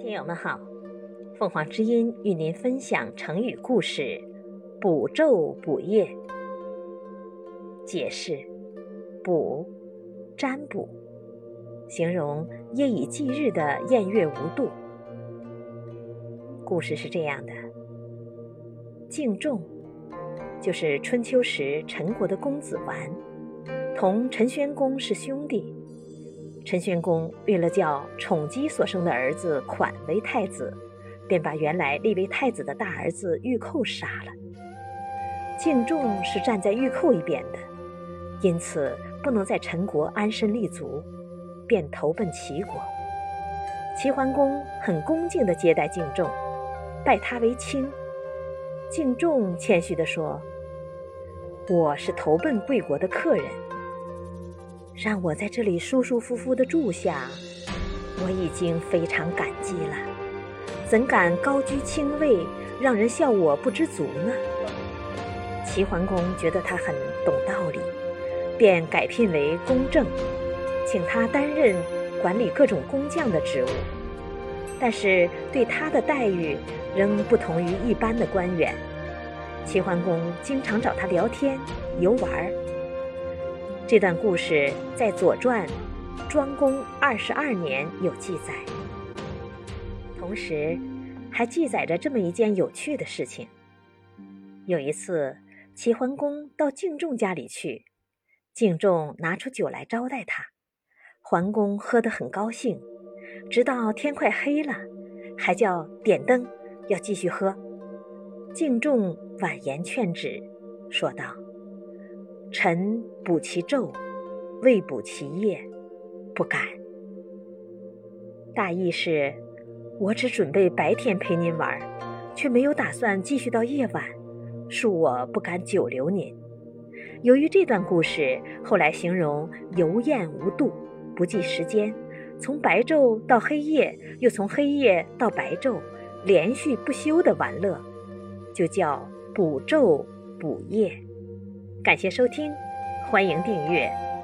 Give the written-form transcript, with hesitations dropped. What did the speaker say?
听友们好，凤凰之音与您分享成语故事补昼补夜。解释：补，占卜，形容夜以继日的宴乐无度。故事是这样的：敬仲就是春秋时陈国的公子完，同陈宣公是兄弟。陈宣公为了叫宠姬所生的儿子款为太子，便把原来立为太子的大儿子玉寇杀了。敬仲是站在玉寇一边的，因此不能在陈国安身立足，便投奔齐国。齐桓公很恭敬地接待敬仲，拜他为卿。敬仲谦虚地说：“我是投奔贵国的客人，让我在这里舒舒服服地住下，我已经非常感激了，怎敢高居卿位，让人笑我不知足呢？”齐桓公觉得他很懂道理，便改聘为公正，请他担任管理各种工匠的职务，但是对他的待遇仍不同于一般的官员。齐桓公经常找他聊天游玩。这段故事在《左传》庄公22年有记载，同时还记载着这么一件有趣的事情。有一次，齐桓公到敬仲家里去，敬仲拿出酒来招待他，桓公喝得很高兴，直到天快黑了，还叫点灯，要继续喝。敬仲婉言劝止，说道：“臣补其昼，未补其夜，不敢。”大意是，我只准备白天陪您玩，却没有打算继续到夜晚，恕我不敢久留您。由于这段故事后来形容游宴无度，不计时间，从白昼到黑夜，又从黑夜到白昼，连续不休的玩乐，就叫补昼补夜。感谢收听，欢迎订阅。